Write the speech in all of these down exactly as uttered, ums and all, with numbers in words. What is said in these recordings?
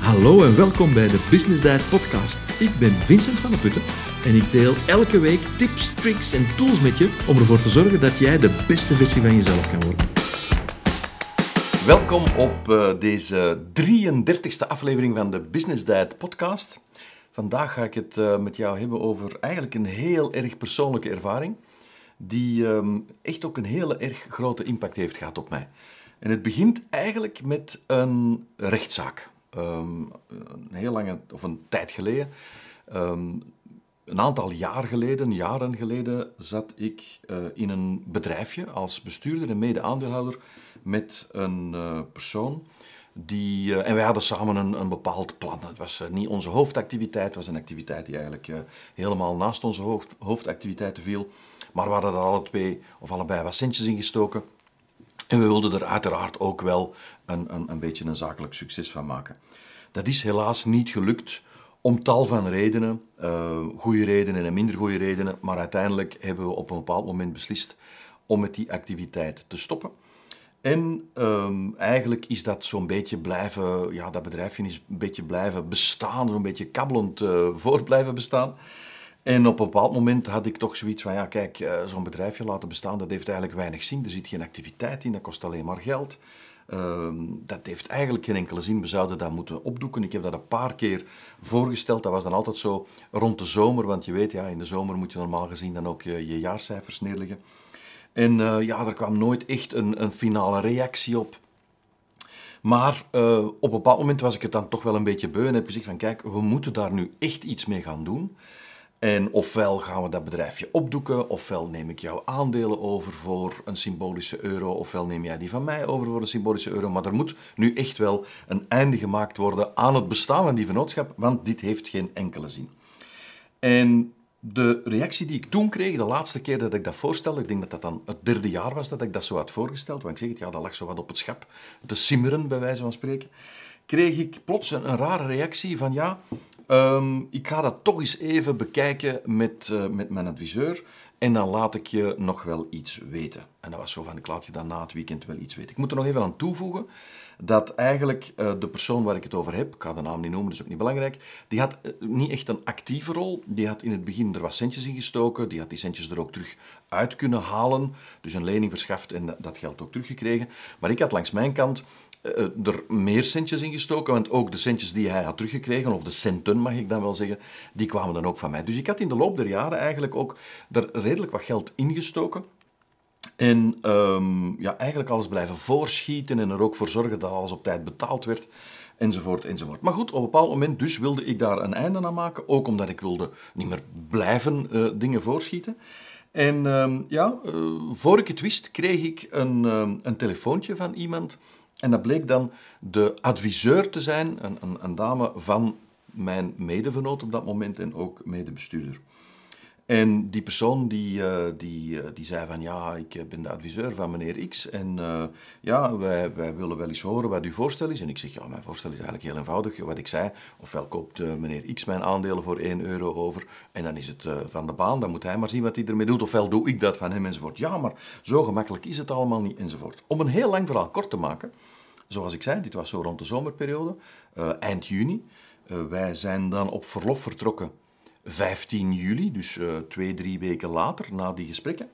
Hallo en welkom bij de Business Diet podcast. Ik ben Vincent van der Putten en ik deel elke week tips, tricks en tools met je om ervoor te zorgen dat jij de beste versie van jezelf kan worden. Welkom op uh, deze drieëndertigste aflevering van de Business Diet podcast. Vandaag ga ik het uh, met jou hebben over eigenlijk een heel erg persoonlijke ervaring die um, echt ook een hele erg grote impact heeft gehad op mij. En het begint eigenlijk met een rechtszaak. Um, een heel lange, of een tijd geleden, um, een aantal jaar geleden, jaren geleden, zat ik uh, in een bedrijfje als bestuurder en mede-aandeelhouder met een uh, persoon die, uh, en wij hadden samen een, een bepaald plan. Het was uh, niet onze hoofdactiviteit, het was een activiteit die eigenlijk uh, helemaal naast onze hoofd, hoofdactiviteiten viel, maar we hadden er alle twee of allebei wat centjes in gestoken. En we wilden er uiteraard ook wel een, een, een beetje een zakelijk succes van maken. Dat is helaas niet gelukt, om tal van redenen, uh, goede redenen en minder goede redenen, maar uiteindelijk hebben we op een bepaald moment beslist om met die activiteit te stoppen. En um, eigenlijk is dat zo'n beetje blijven, ja, dat bedrijfje is een beetje blijven bestaan, zo'n beetje kabbelend uh, voort blijven bestaan. En op een bepaald moment had ik toch zoiets van, ja kijk, uh, zo'n bedrijfje laten bestaan, dat heeft eigenlijk weinig zin. Er zit geen activiteit in, dat kost alleen maar geld. Uh, dat heeft eigenlijk geen enkele zin, we zouden dat moeten opdoeken. Ik heb dat een paar keer voorgesteld, dat was dan altijd zo rond de zomer, want je weet, ja, in de zomer moet je normaal gezien dan ook je, je jaarcijfers neerleggen. En uh, ja, er kwam nooit echt een, een finale reactie op. Maar uh, op een bepaald moment was ik het dan toch wel een beetje beu en heb gezegd van, kijk, we moeten daar nu echt iets mee gaan doen. En ofwel gaan we dat bedrijfje opdoeken, ofwel neem ik jouw aandelen over voor een symbolische euro, ofwel neem jij die van mij over voor een symbolische euro. Maar er moet nu echt wel een einde gemaakt worden aan het bestaan van die vennootschap, want dit heeft geen enkele zin. En de reactie die ik toen kreeg, de laatste keer dat ik dat voorstelde, ik denk dat dat dan het derde jaar was dat ik dat zo had voorgesteld, want ik zeg het, ja, dat lag zo wat op het schap te simmeren, bij wijze van spreken, kreeg ik plots een, een rare reactie van, ja, um, ik ga dat toch eens even bekijken met, uh, met mijn adviseur en dan laat ik je nog wel iets weten. En dat was zo van, ik laat je dan na het weekend wel iets weten. Ik moet er nog even aan toevoegen dat eigenlijk uh, de persoon waar ik het over heb, ik ga de naam niet noemen, dat is ook niet belangrijk, die had uh, niet echt een actieve rol. Die had in het begin er wat centjes in gestoken, die had die centjes er ook terug uit kunnen halen, dus een lening verschaft en dat geld ook teruggekregen. Maar ik had langs mijn kant uh, er meer centjes in gestoken, want ook de centjes die hij had teruggekregen, of de centen mag ik dan wel zeggen, die kwamen dan ook van mij. Dus ik had in de loop der jaren eigenlijk ook er redelijk wat geld ingestoken. En um, ja, eigenlijk alles blijven voorschieten en er ook voor zorgen dat alles op tijd betaald werd, enzovoort, enzovoort. Maar goed, op een bepaald moment dus wilde ik daar een einde aan maken, ook omdat ik wilde niet meer blijven uh, dingen voorschieten. En um, ja, uh, voor ik het wist, kreeg ik een, um, een telefoontje van iemand en dat bleek dan de adviseur te zijn, een, een, een dame van mijn medevernoot op dat moment en ook medebestuurder. En die persoon die, uh, die, uh, die zei van, ja, ik ben de adviseur van meneer X en uh, ja, wij, wij willen wel eens horen wat uw voorstel is. En ik zeg, ja, mijn voorstel is eigenlijk heel eenvoudig. Wat ik zei, ofwel koopt uh, meneer X mijn aandelen voor één euro over en dan is het uh, van de baan, dan moet hij maar zien wat hij ermee doet, ofwel doe ik dat van hem enzovoort. Ja, maar zo gemakkelijk is het allemaal niet enzovoort. Om een heel lang verhaal kort te maken, zoals ik zei, dit was zo rond de zomerperiode, uh, eind juni. Uh, wij zijn dan op verlof vertrokken vijftien juli, dus uh, twee, drie weken later, na die gesprekken,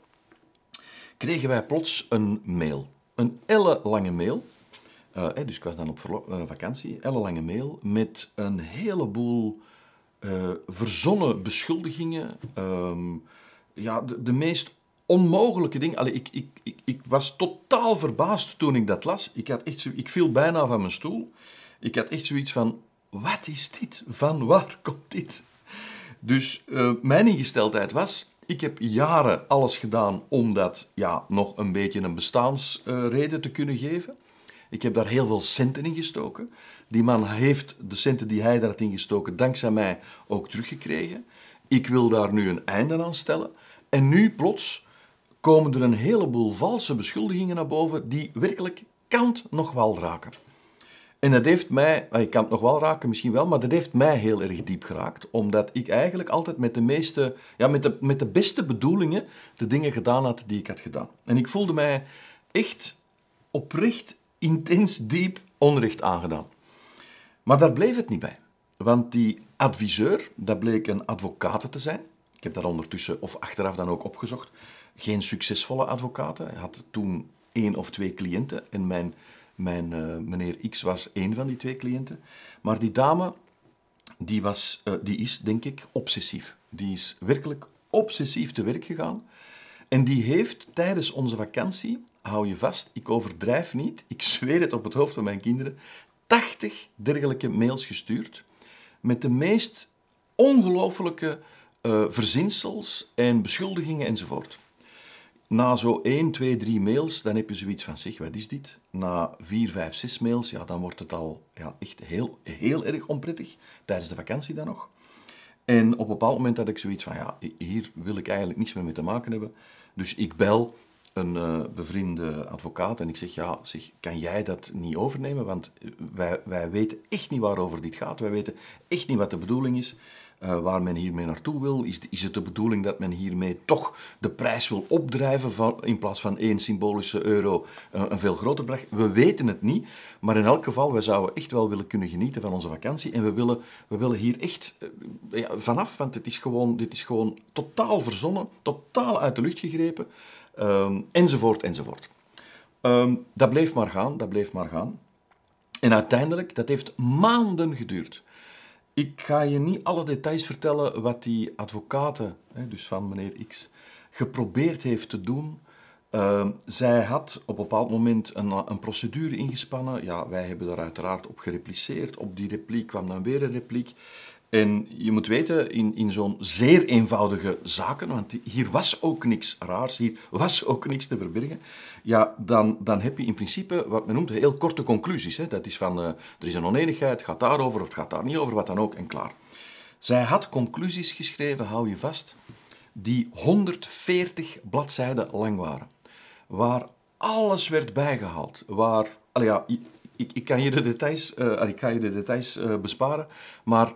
kregen wij plots een mail. Een ellenlange mail. Uh, dus ik was dan op verlo- uh, vakantie. Ellenlange mail met een heleboel uh, verzonnen beschuldigingen. Um, ja, de, de meest onmogelijke dingen. Allee, ik, ik, ik, ik was totaal verbaasd toen ik dat las. Ik, had echt zo, ik viel bijna van mijn stoel. Ik had echt zoiets van, wat is dit? Van waar komt dit? Dus uh, mijn ingesteldheid was, ik heb jaren alles gedaan om dat ja, nog een beetje een bestaansreden uh, te kunnen geven. Ik heb daar heel veel centen in gestoken. Die man heeft de centen die hij daar had ingestoken dankzij mij ook teruggekregen. Ik wil daar nu een einde aan stellen. En nu plots komen er een heleboel valse beschuldigingen naar boven die werkelijk kant nog wel raken. En dat heeft mij, ik kan het nog wel raken, misschien wel, maar dat heeft mij heel erg diep geraakt, omdat ik eigenlijk altijd met de meeste, ja, met de, met de beste bedoelingen de dingen gedaan had die ik had gedaan. En ik voelde mij echt oprecht, intens, diep onrecht aangedaan. Maar daar bleef het niet bij. Want die adviseur, dat bleek een advocaat te zijn. Ik heb dat ondertussen, of achteraf dan ook opgezocht. Geen succesvolle advocaat. Hij had toen één of twee cliënten. En mijn, mijn uh, meneer X was één van die twee cliënten. Maar die dame, die, was, uh, die is, denk ik, obsessief. Die is werkelijk obsessief te werk gegaan. En die heeft tijdens onze vakantie, hou je vast, ik overdrijf niet, ik zweer het op het hoofd van mijn kinderen, tachtig dergelijke mails gestuurd met de meest ongelooflijke uh, verzinsels en beschuldigingen enzovoort. Na zo één, twee, drie mails, dan heb je zoiets van, zeg, wat is dit? Na vier, vijf, zes mails, ja, dan wordt het al ja, echt heel, heel erg onprettig, tijdens de vakantie dan nog. En op een bepaald moment had ik zoiets van, ja, hier wil ik eigenlijk niks meer mee te maken hebben. Dus ik bel een uh, bevriende advocaat en ik zeg, ja, zeg, kan jij dat niet overnemen? Want wij, wij weten echt niet waarover dit gaat. Wij weten echt niet wat de bedoeling is, uh, waar men hiermee naartoe wil. Is, is het de bedoeling dat men hiermee toch de prijs wil opdrijven van, in plaats van één symbolische euro uh, een veel groter bedrag? We weten het niet, maar in elk geval, wij zouden echt wel willen kunnen genieten van onze vakantie en we willen, we willen hier echt uh, ja, vanaf, want het is gewoon, dit is gewoon totaal verzonnen, totaal uit de lucht gegrepen. Um, enzovoort, enzovoort. Um, dat bleef maar gaan, dat bleef maar gaan. En uiteindelijk, dat heeft maanden geduurd. Ik ga je niet alle details vertellen wat die advocaten, dus van meneer X, geprobeerd heeft te doen. Uh, zij had op een bepaald moment een, een procedure ingespannen. Ja, wij hebben daar uiteraard op gerepliceerd. Op die repliek kwam dan weer een repliek. En je moet weten, in, in zo'n zeer eenvoudige zaken, want hier was ook niks raars, hier was ook niks te verbergen, ja, dan, dan heb je in principe wat men noemt heel korte conclusies. Hè. Dat is van, uh, er is een oneenigheid, het gaat daarover of het gaat daar niet over, wat dan ook, en klaar. Zij had conclusies geschreven, hou je vast, die honderdveertig bladzijden lang waren. Waar alles werd bijgehaald, waar, allee, ja, ik, ik kan je de details, uh, ik ga je de details uh, besparen, maar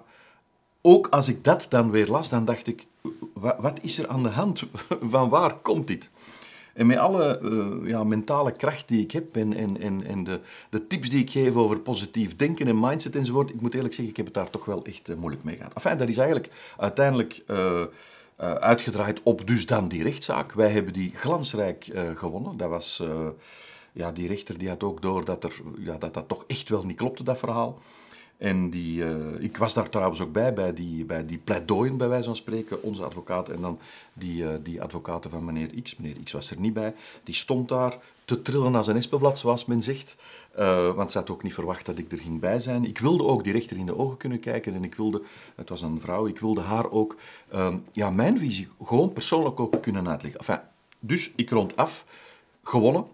ook als ik dat dan weer las, dan dacht ik, wat, wat is er aan de hand? Van waar komt dit? En met alle uh, ja, mentale kracht die ik heb en, en, en, en de, de tips die ik geef over positief denken en mindset enzovoort, ik moet eerlijk zeggen, ik heb het daar toch wel echt uh, moeilijk mee gehad. Enfin, dat is eigenlijk uiteindelijk uh, uh, uitgedraaid op dus dan die rechtszaak. Wij hebben die glansrijk uh, gewonnen. Dat was, uh, ja, die rechter die had ook door dat, er, ja, dat dat toch echt wel niet klopte, dat verhaal. En die, uh, ik was daar trouwens ook bij, bij die, bij die pleidooien, bij wijze van spreken, onze advocaat en dan die, uh, die advocaten van meneer X. Meneer X was er niet bij. Die stond daar te trillen als een espenblad, zoals men zegt. Uh, want ze had ook niet verwacht dat ik er ging bij zijn. Ik wilde ook die rechter in de ogen kunnen kijken en ik wilde, het was een vrouw, ik wilde haar ook uh, ja, mijn visie gewoon persoonlijk ook kunnen uitleggen. Enfin, dus ik rond af, gewonnen.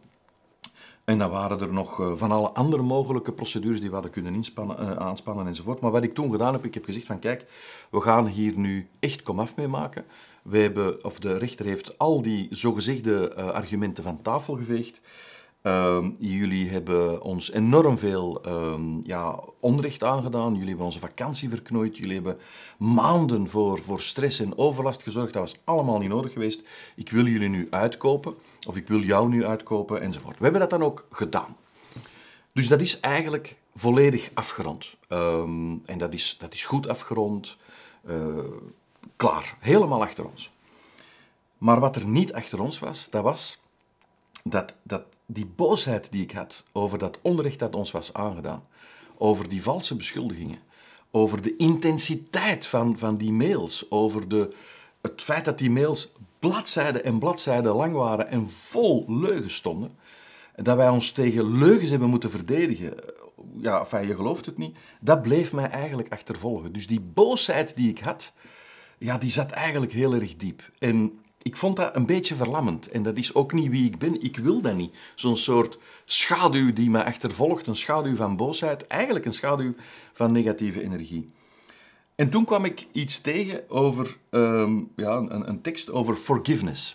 En dan waren er nog uh, van alle andere mogelijke procedures die we hadden kunnen inspannen, uh, aanspannen enzovoort. Maar wat ik toen gedaan heb, ik heb gezegd van kijk, we gaan hier nu echt komaf mee maken. We hebben, of de rechter heeft al die zogezegde uh, argumenten van tafel geveegd. Uh, jullie hebben ons enorm veel uh, ja, onrecht aangedaan. Jullie hebben onze vakantie verknoeid. Jullie hebben maanden voor, voor stress en overlast gezorgd. Dat was allemaal niet nodig geweest. Ik wil jullie nu uitkopen. Of ik wil jou nu uitkopen, enzovoort. We hebben dat dan ook gedaan. Dus dat is eigenlijk volledig afgerond. Um, en dat is, dat is goed afgerond. Uh, klaar. Helemaal achter ons. Maar wat er niet achter ons was, dat was dat, dat die boosheid die ik had over dat onrecht dat ons was aangedaan, over die valse beschuldigingen, over de intensiteit van, van die mails, over de, het feit dat die mails bladzijden en bladzijden lang waren en vol leugens stonden, dat wij ons tegen leugens hebben moeten verdedigen, ja, enfin, je gelooft het niet, dat bleef mij eigenlijk achtervolgen. Dus die boosheid die ik had, ja, die zat eigenlijk heel erg diep. En ik vond dat een beetje verlammend. En dat is ook niet wie ik ben. Ik wil dat niet. Zo'n soort schaduw die mij achtervolgt, een schaduw van boosheid, eigenlijk een schaduw van negatieve energie. En toen kwam ik iets tegen over um, ja, een, een tekst over forgiveness.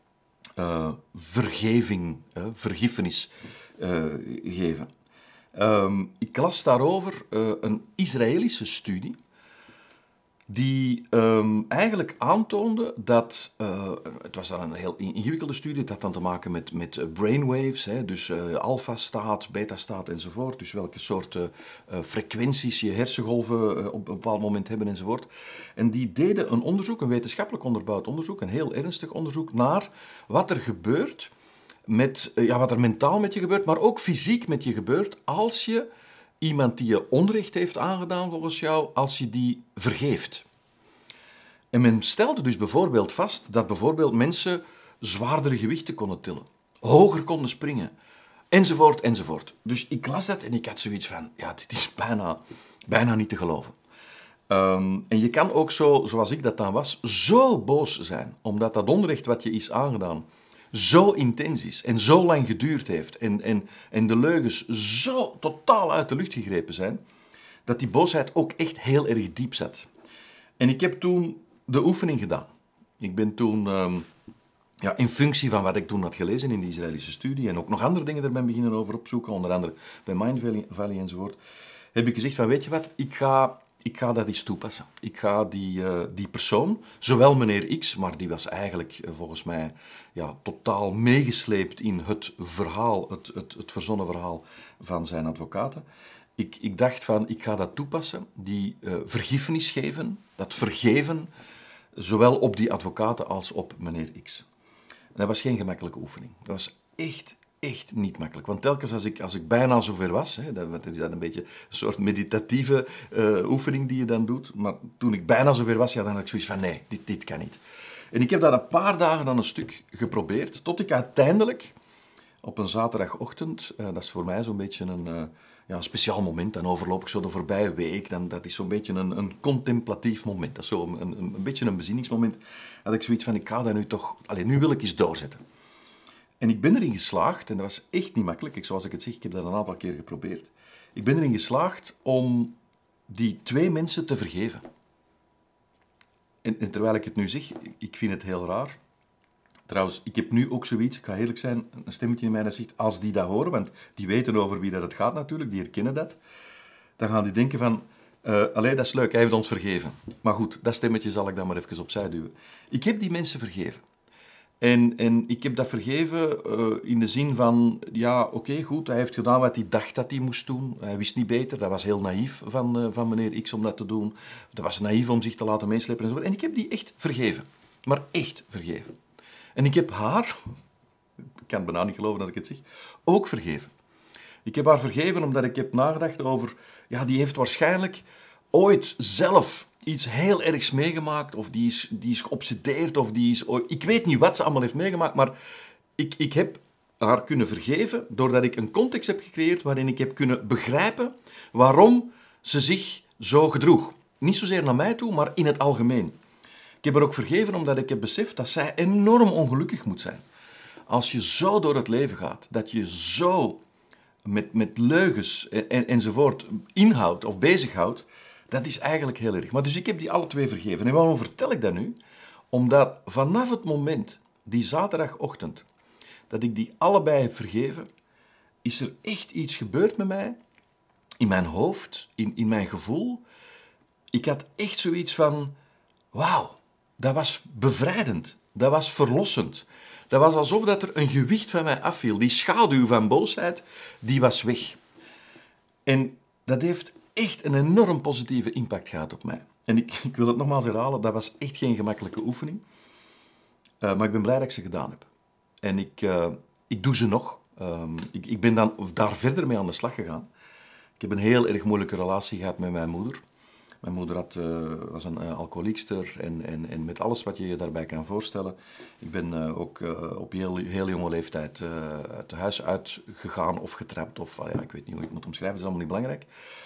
Uh, vergeving, uh, vergiffenis uh, geven. Um, ik las daarover uh, een Israëlische studie die um, eigenlijk aantoonde dat, uh, het was dan een heel ingewikkelde studie, het had dan te maken met, met brainwaves, hè, dus uh, alfa-staat, beta-staat enzovoort, dus welke soort uh, frequenties je hersengolven uh, op een bepaald moment hebben enzovoort. En die deden een onderzoek, een wetenschappelijk onderbouwd onderzoek, een heel ernstig onderzoek naar wat er gebeurt, met, uh, ja, wat er mentaal met je gebeurt, maar ook fysiek met je gebeurt als je iemand die je onrecht heeft aangedaan volgens jou, als je die vergeeft. En men stelde dus bijvoorbeeld vast dat bijvoorbeeld mensen zwaardere gewichten konden tillen, hoger konden springen, enzovoort, enzovoort. Dus ik las dat en ik had zoiets van, ja, dit is bijna, bijna niet te geloven. Um, en je kan ook zo, zoals ik dat dan was, zo boos zijn, omdat dat onrecht wat je is aangedaan zo intens is en zo lang geduurd heeft en, en, en de leugens zo totaal uit de lucht gegrepen zijn, dat die boosheid ook echt heel erg diep zat. En ik heb toen de oefening gedaan. Ik ben toen, um, ja, in functie van wat ik toen had gelezen in de Israëlische studie en ook nog andere dingen er ben beginnen over opzoeken, onder andere bij Mind Valley enzovoort, heb ik gezegd van, weet je wat, ik ga... Ik ga dat eens toepassen. Ik ga die, uh, die persoon, zowel meneer X, maar die was eigenlijk uh, volgens mij ja, totaal meegesleept in het verhaal, het, het, het verzonnen verhaal van zijn advocaten. Ik, ik dacht van, ik ga dat toepassen, die uh, vergiffenis geven, dat vergeven, zowel op die advocaten als op meneer X. En dat was geen gemakkelijke oefening. Dat was echt... Echt niet makkelijk. Want telkens als ik, als ik bijna zover was, hè, dat is dat een beetje een soort meditatieve uh, oefening die je dan doet, maar toen ik bijna zover was, ja, dan had ik zoiets van, nee, dit, dit kan niet. En ik heb dat een paar dagen dan een stuk geprobeerd, tot ik uiteindelijk op een zaterdagochtend, uh, dat is voor mij zo'n beetje een, uh, ja, een speciaal moment, dan overloop ik zo de voorbije week, dan, dat is zo'n beetje een, een contemplatief moment, dat is zo een, een, een beetje een bezinningsmoment, dat ik zoiets van, ik ga dat nu toch, allez, nu wil ik eens doorzetten. En ik ben erin geslaagd, en dat was echt niet makkelijk, ik, zoals ik het zeg, ik heb dat een aantal keer geprobeerd. Ik ben erin geslaagd om die twee mensen te vergeven. En, en terwijl ik het nu zeg, ik vind het heel raar. Trouwens, ik heb nu ook zoiets, ik ga eerlijk zijn, een stemmetje in mij dat zegt, als die dat horen, want die weten over wie dat het gaat natuurlijk, die herkennen dat, dan gaan die denken van, uh, allee, dat is leuk, hij heeft ons vergeven. Maar goed, dat stemmetje zal ik dan maar even opzij duwen. Ik heb die mensen vergeven. En, en ik heb dat vergeven uh, in de zin van, ja, oké, okay, goed, hij heeft gedaan wat hij dacht dat hij moest doen. Hij wist niet beter, dat was heel naïef van, uh, van meneer X om dat te doen. Dat was naïef om zich te laten meeslepen enzovoort. En ik heb die echt vergeven. Maar echt vergeven. En ik heb haar, ik kan het bijna niet geloven dat ik het zeg, ook vergeven. Ik heb haar vergeven omdat ik heb nagedacht over, ja, die heeft waarschijnlijk ooit zelf iets heel ergs meegemaakt, of die is, die is geobsedeerd, of die is... Ik weet niet wat ze allemaal heeft meegemaakt, maar ik, ik heb haar kunnen vergeven doordat ik een context heb gecreëerd waarin ik heb kunnen begrijpen waarom ze zich zo gedroeg. Niet zozeer naar mij toe, maar in het algemeen. Ik heb haar ook vergeven omdat ik heb beseft dat zij enorm ongelukkig moet zijn. Als je zo door het leven gaat, dat je zo met, met leugens en, en, enzovoort inhoudt of bezighoudt, dat is eigenlijk heel erg. Maar dus ik heb die alle twee vergeven. En waarom vertel ik dat nu? Omdat vanaf het moment, die zaterdagochtend, dat ik die allebei heb vergeven, is er echt iets gebeurd met mij, in mijn hoofd, in, in mijn gevoel. Ik had echt zoiets van, wauw, dat was bevrijdend, dat was verlossend. Dat was alsof dat er een gewicht van mij afviel. Die schaduw van boosheid, die was weg. En dat heeft echt een enorm positieve impact gehad op mij. En ik, ik wil het nogmaals herhalen, dat was echt geen gemakkelijke oefening. Uh, maar ik ben blij dat ik ze gedaan heb. En ik, uh, ik doe ze nog. Um, ik, ik ben dan daar verder mee aan de slag gegaan. Ik heb een heel erg moeilijke relatie gehad met mijn moeder. Mijn moeder had, uh, was een uh, alcoholiekster en, en, en met alles wat je je daarbij kan voorstellen. Ik ben uh, ook uh, op heel, heel jonge leeftijd uh, uit huis uitgegaan of getrapt. Of uh, ja, ik weet niet hoe ik het moet omschrijven, dat is allemaal niet belangrijk.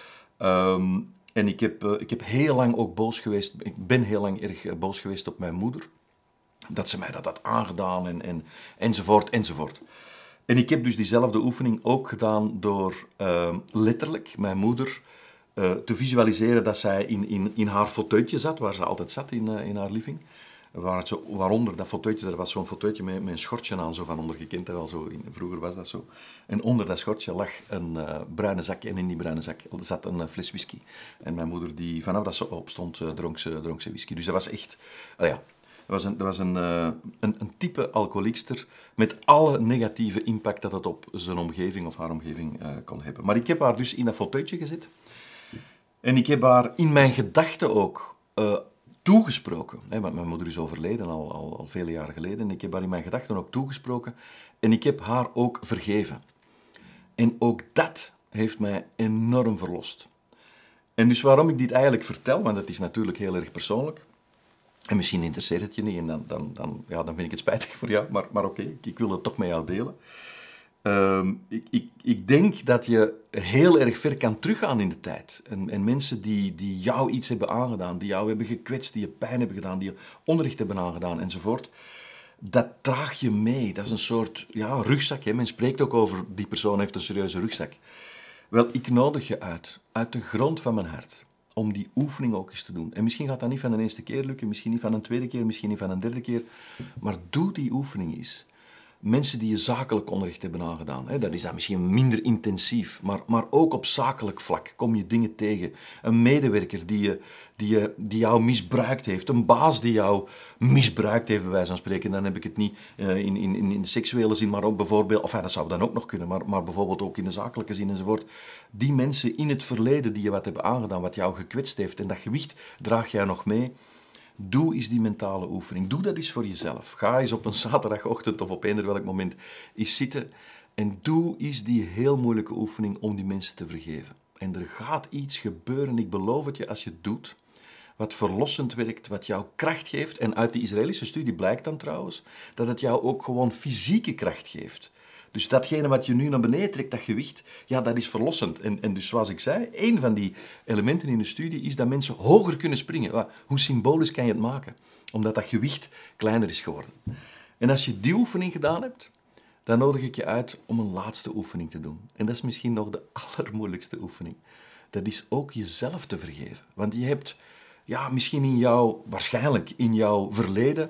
Um, en ik heb, uh, ik heb heel lang ook boos geweest, ik ben heel lang erg uh, boos geweest op mijn moeder. Dat ze mij dat had aangedaan en, en, enzovoort, enzovoort. En ik heb dus diezelfde oefening ook gedaan door uh, letterlijk mijn moeder uh, te visualiseren dat zij in, in, in haar fauteuiltje zat, waar ze altijd zat in, uh, in haar living. Waar zo, waaronder dat fauteuiltje, er was zo'n fauteuiltje met, met een schortje aan, zo van onder, je kent dat wel zo, in, vroeger was dat zo. En onder dat schortje lag een uh, bruine zak en in die bruine zak zat een uh, fles whisky. En mijn moeder, die vanaf dat ze opstond, uh, dronk, ze, dronk ze whisky. Dus dat was echt, uh, ja, dat was, een, dat was een, uh, een, een type alcoholiekster met alle negatieve impact dat het op zijn omgeving of haar omgeving uh, kon hebben. Maar ik heb haar dus in dat fauteuiltje gezet. En ik heb haar in mijn gedachten ook uh, toegesproken. Hè, want mijn moeder is overleden, al, al, al vele jaren geleden. En ik heb haar in mijn gedachten ook toegesproken. En ik heb haar ook vergeven. En ook dat heeft mij enorm verlost. En dus waarom ik dit eigenlijk vertel, want het is natuurlijk heel erg persoonlijk. En misschien interesseert het je niet en dan, dan, dan, ja, dan vind ik het spijtig voor jou. Maar, maar oké, okay, ik wil het toch met jou delen. Um, ik, ik, ik denk dat je heel erg ver kan teruggaan in de tijd. En, en mensen die, die jou iets hebben aangedaan, die jou hebben gekwetst, die je pijn hebben gedaan, die je onrecht hebben aangedaan enzovoort. Dat draag je mee. Dat is een soort ja, rugzak. Hè? Men spreekt ook over die persoon heeft een serieuze rugzak. Wel, ik nodig je uit, uit de grond van mijn hart, om die oefening ook eens te doen. En misschien gaat dat niet van de eerste keer lukken, misschien niet van een tweede keer, misschien niet van een derde keer. Maar doe die oefening eens. Mensen die je zakelijk onrecht hebben aangedaan. Hè, dat is dan misschien minder intensief, maar, maar ook op zakelijk vlak kom je dingen tegen. Een medewerker die, je, die, je, die jou misbruikt heeft, een baas die jou misbruikt heeft, bij wijze van spreken. Dan heb ik het niet uh, in, in, in de seksuele zin, maar ook bijvoorbeeld, of ja, dat zou dan ook nog kunnen, maar, maar bijvoorbeeld ook in de zakelijke zin enzovoort. Die mensen in het verleden die je wat hebben aangedaan, wat jou gekwetst heeft, en dat gewicht draag jij nog mee. Doe eens die mentale oefening. Doe dat eens voor jezelf. Ga eens op een zaterdagochtend of op eender welk moment eens zitten en doe eens die heel moeilijke oefening om die mensen te vergeven. En er gaat iets gebeuren, ik beloof het je, als je het doet, wat verlossend werkt, wat jou kracht geeft. En uit die Israëlische studie blijkt dan trouwens dat het jou ook gewoon fysieke kracht geeft. Dus datgene wat je nu naar beneden trekt, dat gewicht, ja, dat is verlossend. En, en dus zoals ik zei, één van die elementen in de studie is dat mensen hoger kunnen springen. Hoe symbolisch kan je het maken? Omdat dat gewicht kleiner is geworden. En als je die oefening gedaan hebt, dan nodig ik je uit om een laatste oefening te doen. En dat is misschien nog de allermoeilijkste oefening. Dat is ook jezelf te vergeven. Want je hebt, ja, misschien in jouw, waarschijnlijk in jouw verleden,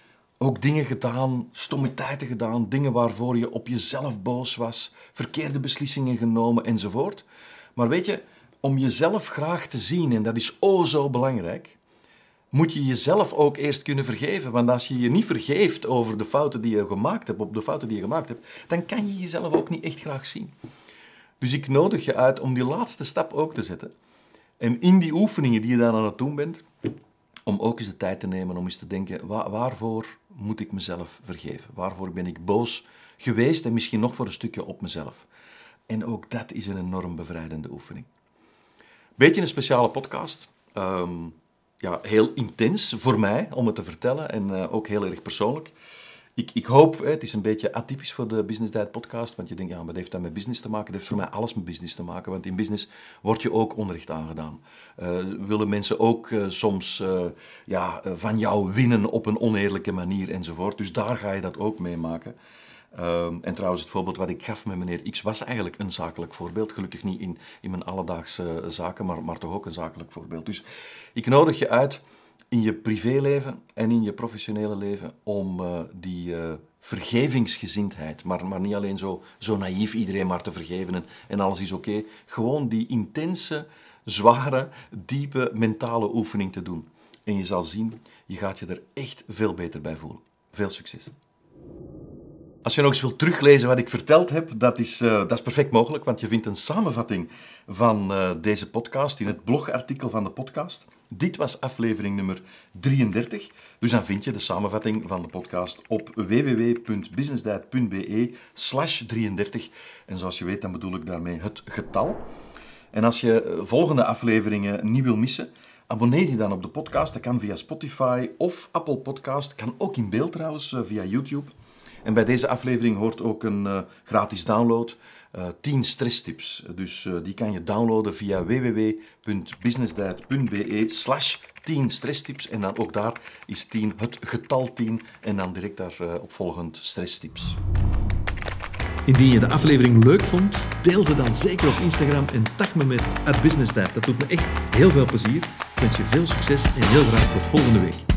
ook dingen gedaan, stommiteiten gedaan, dingen waarvoor je op jezelf boos was, verkeerde beslissingen genomen enzovoort. Maar weet je, om jezelf graag te zien, en dat is o zo belangrijk, moet je jezelf ook eerst kunnen vergeven. Want als je je niet vergeeft over de fouten die je gemaakt hebt, op de fouten die je gemaakt hebt, dan kan je jezelf ook niet echt graag zien. Dus ik nodig je uit om die laatste stap ook te zetten. En in die oefeningen die je dan aan het doen bent, om ook eens de tijd te nemen om eens te denken, waar, waarvoor moet ik mezelf vergeven? Waarvoor ben ik boos geweest en misschien nog voor een stukje op mezelf? En ook dat is een enorm bevrijdende oefening. Beetje een speciale podcast. Um, ja, heel intens voor mij om het te vertellen en uh, ook heel erg persoonlijk. Ik, ik hoop, hè, het is een beetje atypisch voor de Business Diet podcast, want je denkt, ja, wat heeft dat met business te maken? Het heeft voor mij alles met business te maken, want in business word je ook onrecht aangedaan. Uh, willen mensen ook uh, soms uh, ja, uh, van jou winnen op een oneerlijke manier enzovoort. Dus daar ga je dat ook meemaken. Uh, en trouwens, het voorbeeld wat ik gaf met meneer X was eigenlijk een zakelijk voorbeeld. Gelukkig niet in, in mijn alledaagse zaken, maar, maar toch ook een zakelijk voorbeeld. Dus ik nodig je uit in je privéleven en in je professionele leven om uh, die uh, vergevingsgezindheid, maar, maar niet alleen zo, zo naïef iedereen maar te vergeven en, en alles is oké. Okay. Gewoon die intense, zware, diepe mentale oefening te doen. En je zal zien, je gaat je er echt veel beter bij voelen. Veel succes. Als je nog eens wilt teruglezen wat ik verteld heb, dat is, uh, dat is perfect mogelijk, want je vindt een samenvatting van uh, deze podcast in het blogartikel van de podcast. Dit was aflevering nummer drieëndertig, dus dan vind je de samenvatting van de podcast op w w w punt businessdiet punt b e slash drieëndertig. En zoals je weet, dan bedoel ik daarmee het getal. En als je volgende afleveringen niet wil missen, abonneer je dan op de podcast. Dat kan via Spotify of Apple Podcast, kan ook in beeld trouwens, via YouTube. En bij deze aflevering hoort ook een uh, gratis download, uh, tien stresstips. Dus uh, die kan je downloaden via w w w punt businessdiet punt b e slash tien stresstips. En dan ook daar is tien het getal tien en dan direct daarop uh, volgend stresstips. Indien je de aflevering leuk vond, deel ze dan zeker op Instagram en tag me met at businessdiet. Dat doet me echt heel veel plezier. Ik wens je veel succes en heel graag tot volgende week.